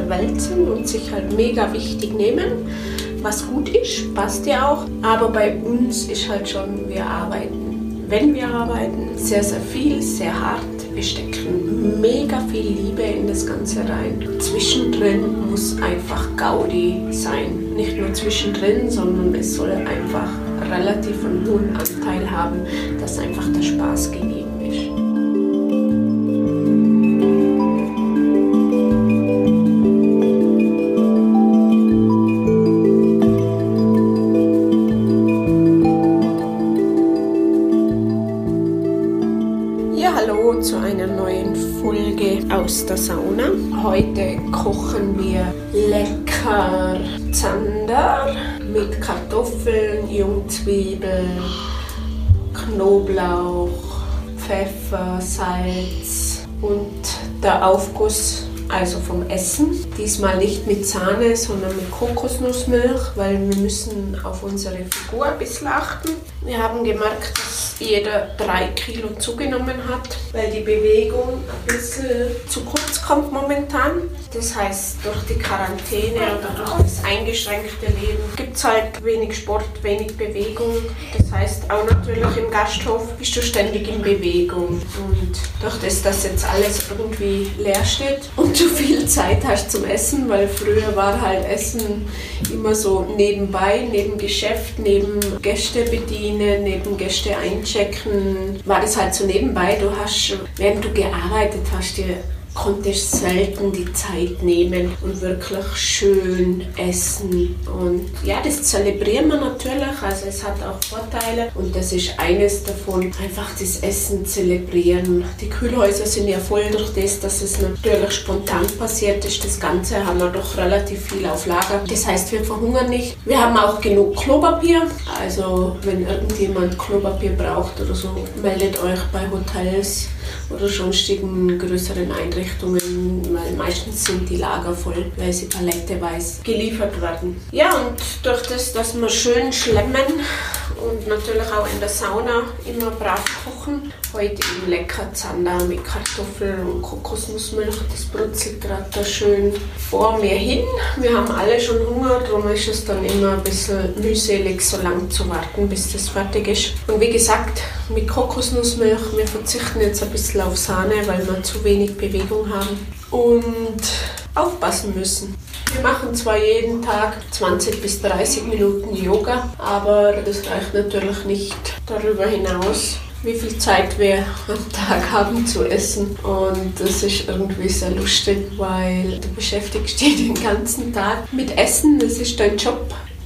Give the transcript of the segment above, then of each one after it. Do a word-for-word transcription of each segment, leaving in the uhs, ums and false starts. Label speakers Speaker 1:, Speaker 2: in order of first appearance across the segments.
Speaker 1: verwälzen und sich halt mega wichtig nehmen. Was gut ist, passt ja auch. Aber bei uns ist halt schon, wir arbeiten, wenn wir arbeiten, sehr, sehr viel, sehr hart. Wir stecken mega viel Liebe in das Ganze rein. Zwischendrin muss einfach Gaudi sein. Nicht nur zwischendrin, sondern es soll einfach relativ einen hohen Anteil haben, dass einfach der Spaß gegeben ist. Hallo zu einer neuen Folge aus der Sauna. Heute kochen wir lecker Zander mit Kartoffeln, Jungzwiebeln, Knoblauch, Pfeffer, Salz und der Aufguss, also vom Essen. Diesmal nicht mit Sahne, sondern mit Kokosnussmilch, weil wir müssen auf unsere Figur ein bisschen achten. Wir haben gemerkt, dass jeder drei Kilo zugenommen hat, weil die Bewegung ein bisschen zu kurz kommt momentan. Das heißt, durch die Quarantäne oder durch das eingeschränkte Leben gibt es halt wenig Sport, wenig Bewegung. Das heißt, auch natürlich im Gasthof bist du ständig in Bewegung. Und durch das, dass jetzt alles irgendwie leer steht und du viel Zeit hast zum Essen, weil früher war halt Essen immer so nebenbei, neben Geschäft, neben Gäste bedienen, neben Gäste einchecken, war das halt so nebenbei. Du hast, während du gearbeitet hast, dir konntest selten die Zeit nehmen und wirklich schön essen. Und ja, das zelebrieren wir natürlich, also es hat auch Vorteile und das ist eines davon, einfach das Essen zelebrieren. Die Kühlhäuser sind ja voll durch das, dass es natürlich spontan passiert ist. Das Ganze haben wir doch relativ viel auf Lager. Das heißt, wir verhungern nicht. Wir haben auch genug Klopapier, also wenn irgendjemand Klopapier braucht oder so, meldet euch bei Hotels oder sonstigen größeren Einrichtungen, weil meistens sind die Lager voll, weil sie paletteweise geliefert werden. Ja, und durch das, dass wir schön schlemmen und natürlich auch in der Sauna immer brav kochen, heute eben lecker Zander mit Kartoffeln und Kokosnussmilch. Das brutzelt gerade da schön vor mir hin. Wir haben alle schon Hunger, darum ist es dann immer ein bisschen mühselig, so lang zu warten, bis das fertig ist. Und wie gesagt, mit Kokosnussmilch, wir verzichten jetzt ein bisschen auf Sahne, weil wir zu wenig Bewegung haben und aufpassen müssen. Wir machen zwar jeden Tag zwanzig bis dreißig Minuten Yoga, aber das reicht natürlich nicht darüber hinaus, wie viel Zeit wir am Tag haben zu essen. Und das ist irgendwie sehr lustig, weil du beschäftigst dich den ganzen Tag mit Essen, das ist dein Job.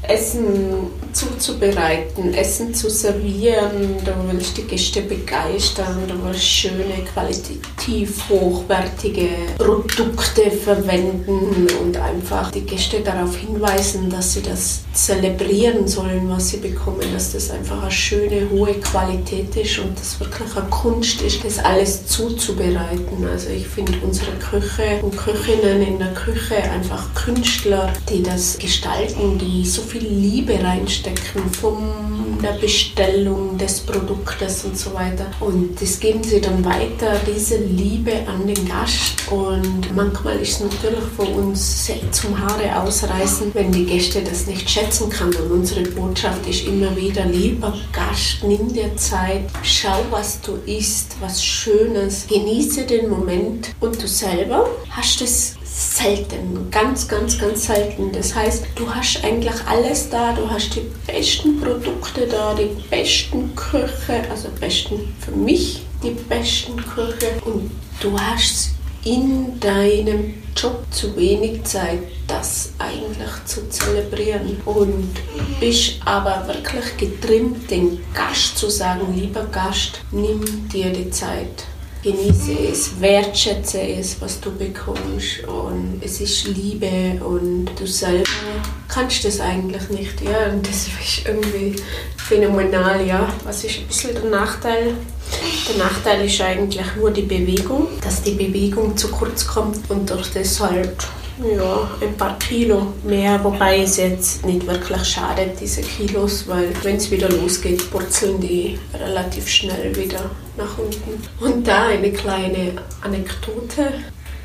Speaker 1: Essen zuzubereiten, Essen zu servieren, du willst die Gäste begeistern, du willst schöne, qualitativ hochwertige Produkte verwenden und einfach die Gäste darauf hinweisen, dass sie das zelebrieren sollen, was sie bekommen, dass das einfach eine schöne, hohe Qualität ist und das wirklich eine Kunst ist, das alles zuzubereiten. Also ich finde unsere Köche und Köchinnen in der Küche einfach Künstler, die das gestalten, die so viel Liebe reinstecken von der Bestellung des Produktes und so weiter. Und das geben sie dann weiter, diese Liebe an den Gast. Und manchmal ist es natürlich für uns sehr zum Haare ausreißen, wenn die Gäste das nicht schätzen können. Und unsere Botschaft ist immer wieder, lieber Gast, nimm dir Zeit, schau, was du isst, was Schönes, genieße den Moment. Und du selber hast es selten, ganz, ganz, ganz selten. Das heißt, du hast eigentlich alles da, du hast die besten Produkte da, die besten Köche, also besten für mich, die besten Köche und du hast in deinem Job zu wenig Zeit, das eigentlich zu zelebrieren und bist aber wirklich getrimmt, den Gast zu sagen, lieber Gast, nimm dir die Zeit. Genieße es, wertschätze es, was du bekommst und es ist Liebe und du selber kannst das eigentlich nicht, ja, und das ist irgendwie phänomenal, ja. Was ist ein bisschen der Nachteil? Der Nachteil ist eigentlich nur die Bewegung, dass die Bewegung zu kurz kommt und durch das halt ja, ein paar Kilo mehr, wobei es jetzt nicht wirklich schadet, diese Kilos, weil wenn es wieder losgeht, purzeln die relativ schnell wieder nach unten. Und da eine kleine Anekdote.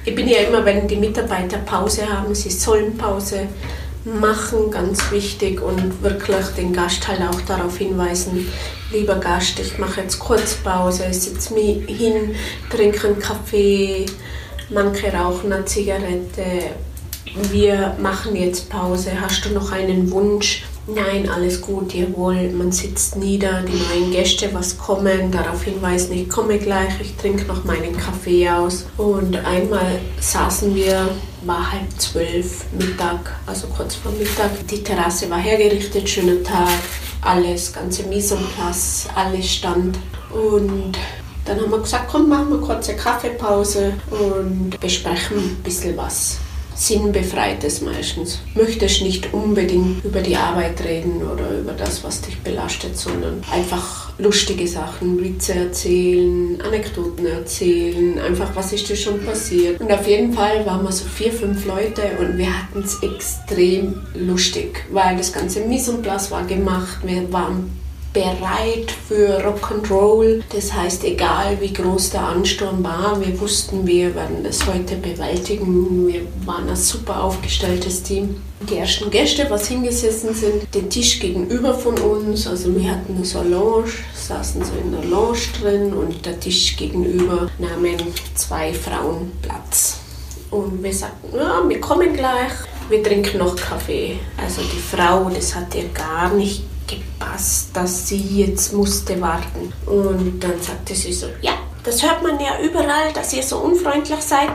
Speaker 1: Ich bin ja immer, wenn die Mitarbeiter Pause haben, sie sollen Pause machen, ganz wichtig, und wirklich den Gast halt auch darauf hinweisen, lieber Gast, ich mache jetzt kurz Pause, ich setze mich hin, trinke einen Kaffee, manche rauchen eine Zigarette, wir machen jetzt Pause, hast du noch einen Wunsch? Nein, alles gut, jawohl, man sitzt nieder, die neuen Gäste, was kommen, darauf hinweisen, ich komme gleich, ich trinke noch meinen Kaffee aus. Und einmal saßen wir, war halb zwölf, Mittag, also kurz vor Mittag, die Terrasse war hergerichtet, schöner Tag, alles, ganze Mise en place, alles stand. Und dann haben wir gesagt, komm, machen wir kurz eine Kaffeepause und besprechen ein bisschen was. Sinnbefreites meistens. Möchtest nicht unbedingt über die Arbeit reden oder über das, was dich belastet, sondern einfach lustige Sachen, Witze erzählen, Anekdoten erzählen, einfach was ist dir schon passiert. Und auf jeden Fall waren wir so vier, fünf Leute und wir hatten es extrem lustig, weil das ganze Mise en place war gemacht, wir waren bereit für Rock'n'Roll. Das heißt, egal wie groß der Ansturm war, wir wussten, wir werden das heute bewältigen. Wir waren ein super aufgestelltes Team. Die ersten Gäste, was hingesessen sind, den Tisch gegenüber von uns, also wir hatten so eine Lounge, saßen so in der Lounge drin und der Tisch gegenüber nahmen zwei Frauen Platz. Und wir sagten, ja, wir kommen gleich, wir trinken noch Kaffee. Also die Frau, das hat ihr gar nicht gepasst, dass sie jetzt musste warten. Und dann sagte sie so, ja, das hört man ja überall, dass ihr so unfreundlich seid.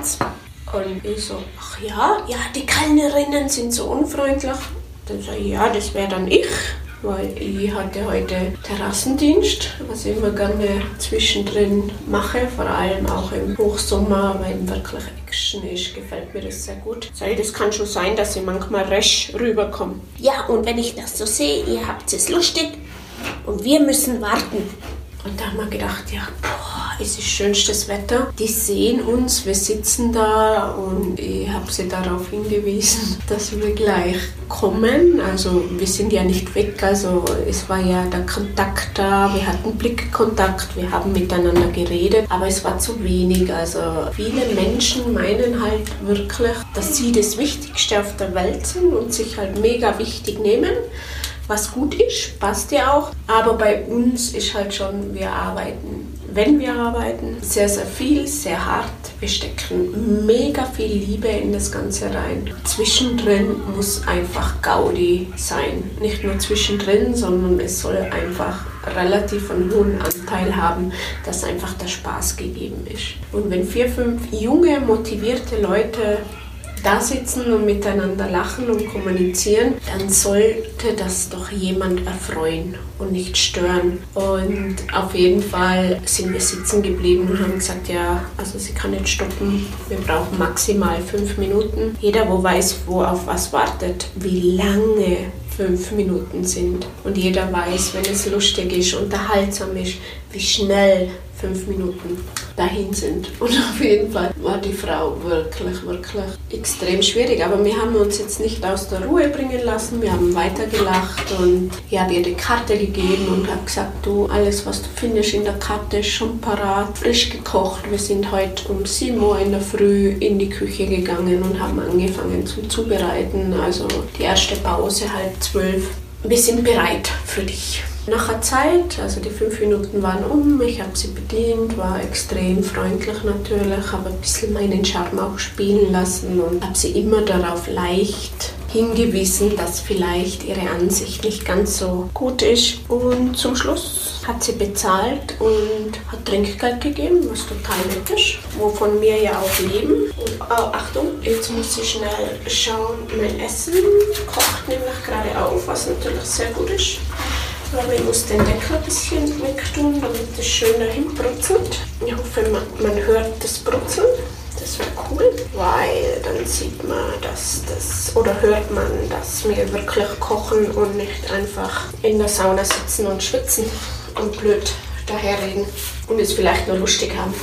Speaker 1: Und ich so, ach ja, ja, die Kellnerinnen sind so unfreundlich. Dann sage ich, ja, das wäre dann ich, weil ich hatte heute Terrassendienst, was ich immer gerne zwischendrin mache, vor allem auch im Hochsommer, wenn wirklich Action ist, gefällt mir das sehr gut. Sag ich, das kann schon sein, dass ich manchmal rasch rüberkomme. Ja, und wenn ich das so sehe, ihr habt es lustig und wir müssen warten. Und da haben wir gedacht, ja, boah, es ist schönstes Wetter. Die sehen uns, wir sitzen da und ich habe sie darauf hingewiesen, dass wir gleich kommen. Also wir sind ja nicht weg, also es war ja der Kontakt da, wir hatten Blickkontakt, wir haben miteinander geredet, aber es war zu wenig. Also viele Menschen meinen halt wirklich, dass sie das Wichtigste auf der Welt sind und sich halt mega wichtig nehmen. Was gut ist, passt ja auch. Aber bei uns ist halt schon, wir arbeiten, wenn wir arbeiten, sehr, sehr viel, sehr hart. Wir stecken mega viel Liebe in das Ganze rein. Zwischendrin muss einfach Gaudi sein. Nicht nur zwischendrin, sondern es soll einfach relativ einen hohen Anteil haben, dass einfach der Spaß gegeben ist. Und wenn vier, fünf junge, motivierte Leute da sitzen und miteinander lachen und kommunizieren, dann sollte das doch jemand erfreuen und nicht stören. Und auf jeden Fall sind wir sitzen geblieben und haben gesagt, ja, also sie kann nicht stoppen, wir brauchen maximal fünf Minuten. Jeder, wo weiß, wo auf was wartet, wie lange fünf Minuten sind. Und jeder weiß, wenn es lustig ist, unterhaltsam ist, wie schnell fünf Minuten dahin sind. Und auf jeden Fall war die Frau wirklich, wirklich extrem schwierig. Aber wir haben uns jetzt nicht aus der Ruhe bringen lassen. Wir haben weitergelacht und ich habe ihr die Karte gegeben und habe gesagt, du, alles, was du findest in der Karte, ist schon parat, frisch gekocht. Wir sind heute um sieben Uhr in der Früh in die Küche gegangen und haben angefangen zu zubereiten. Also die erste Pause, halb zwölf. Wir sind bereit für dich. Nach einer Zeit, also die fünf Minuten waren um, ich habe sie bedient, war extrem freundlich natürlich, habe ein bisschen meinen Charme auch spielen lassen und habe sie immer darauf leicht hingewiesen, dass vielleicht ihre Ansicht nicht ganz so gut ist. Und zum Schluss hat sie bezahlt und hat Trinkgeld gegeben, was total nett ist, wovon wir ja auch leben. Und oh, Achtung, jetzt muss ich schnell schauen, mein Essen kocht nämlich gerade auf, was natürlich sehr gut ist. Aber ich muss den Deckel ein bisschen wegtun, damit es schön dahin brutzelt. Ich hoffe, man, man hört das Brutzeln. Das wäre cool, weil dann sieht man, dass das, oder hört man, dass wir wirklich kochen und nicht einfach in der Sauna sitzen und schwitzen und blöd daherreden und es vielleicht nur lustig haben.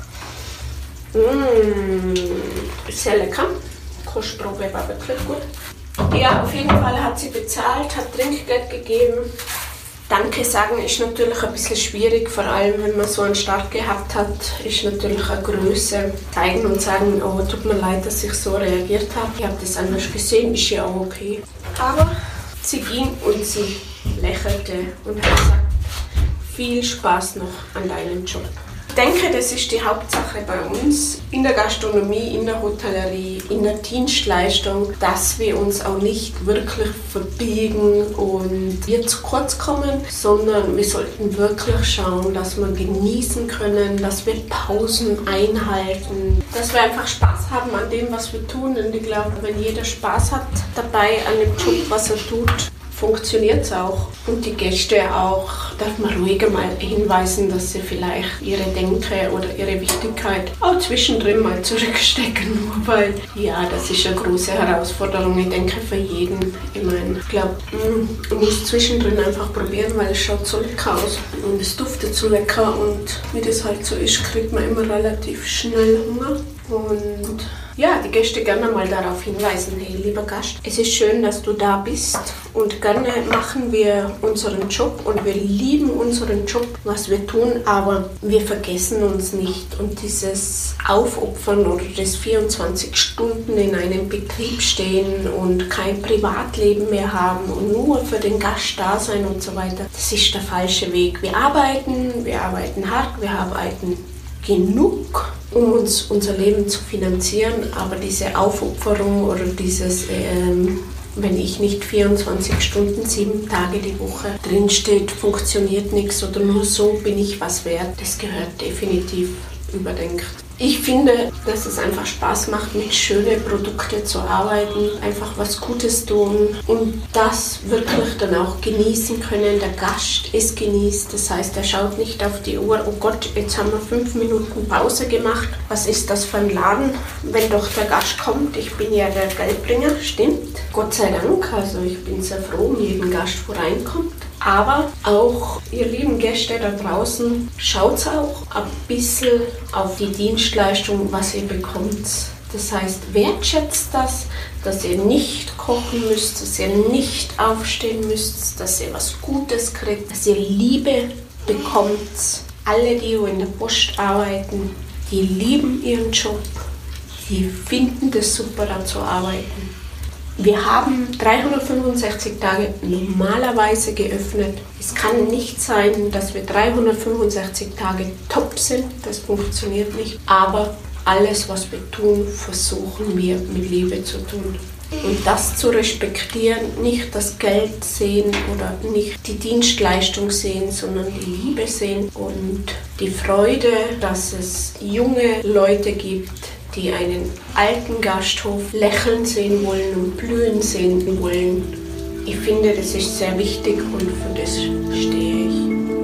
Speaker 1: Mmh, sehr lecker. Kostprobe war wirklich gut. Ja, auf jeden Fall hat sie bezahlt, hat Trinkgeld gegeben Danke sagen ist natürlich ein bisschen schwierig, vor allem wenn man so einen Start gehabt hat, ist natürlich eine Größe. Zeigen und sagen, oh, tut mir leid, dass ich so reagiert habe. Ich habe das anders gesehen, ist ja auch okay. Aber sie ging und sie lächelte und hat gesagt, viel Spaß noch an deinem Job. Ich denke, das ist die Hauptsache bei uns in der Gastronomie, in der Hotellerie, in der Dienstleistung, dass wir uns auch nicht wirklich verbiegen und wir zu kurz kommen, sondern wir sollten wirklich schauen, dass wir genießen können, dass wir Pausen einhalten, dass wir einfach Spaß haben an dem, was wir tun. Und ich glaube, wenn jeder Spaß hat dabei an dem Job, was er tut, funktioniert es auch. Und die Gäste auch, darf man ruhiger mal hinweisen, dass sie vielleicht ihre Denke oder ihre Wichtigkeit auch zwischendrin mal zurückstecken. Weil, ja, das ist eine große Herausforderung, ich denke, für jeden. Ich meine, ich glaube, man muss zwischendrin einfach probieren, weil es schaut so lecker aus und es duftet so lecker und wie das halt so ist, kriegt man immer relativ schnell Hunger. Und ja, die Gäste gerne mal darauf hinweisen, hey, lieber Gast, es ist schön, dass du da bist und gerne machen wir unseren Job und wir lieben unseren Job, was wir tun, aber wir vergessen uns nicht und dieses Aufopfern oder das vierundzwanzig Stunden in einem Betrieb stehen und kein Privatleben mehr haben und nur für den Gast da sein und so weiter, das ist der falsche Weg. Wir arbeiten, wir arbeiten hart, wir arbeiten genug, um uns unser Leben zu finanzieren, aber diese Aufopferung oder dieses, ähm, wenn ich nicht vierundzwanzig Stunden, sieben Tage die Woche drinsteht, funktioniert nichts oder nur so bin ich was wert, das gehört definitiv überdenkt. Ich finde, dass es einfach Spaß macht, mit schönen Produkten zu arbeiten, einfach was Gutes tun und das wirklich dann auch genießen können. Der Gast ist genießt, das heißt, er schaut nicht auf die Uhr, oh Gott, jetzt haben wir fünf Minuten Pause gemacht, was ist das für ein Laden, wenn doch der Gast kommt, ich bin ja der Geldbringer, stimmt, Gott sei Dank, also ich bin sehr froh um jeden Gast, der reinkommt. Aber auch, ihr lieben Gäste da draußen, schaut auch ein bisschen auf die Dienstleistung, was ihr bekommt. Das heißt, wertschätzt das, dass ihr nicht kochen müsst, dass ihr nicht aufstehen müsst, dass ihr was Gutes kriegt, dass ihr Liebe bekommt. Alle, die in der Post arbeiten, die lieben ihren Job, die finden das super, da zu arbeiten. Wir haben dreihundertfünfundsechzig Tage normalerweise geöffnet. Es kann nicht sein, dass wir dreihundertfünfundsechzig Tage top sind. Das funktioniert nicht. Aber alles, was wir tun, versuchen wir mit Liebe zu tun. Und das zu respektieren, nicht das Geld sehen oder nicht die Dienstleistung sehen, sondern die Liebe sehen und die Freude, dass es junge Leute gibt, die einen alten Gasthof lächeln sehen wollen und blühen sehen wollen. Ich finde, das ist sehr wichtig und für das stehe ich.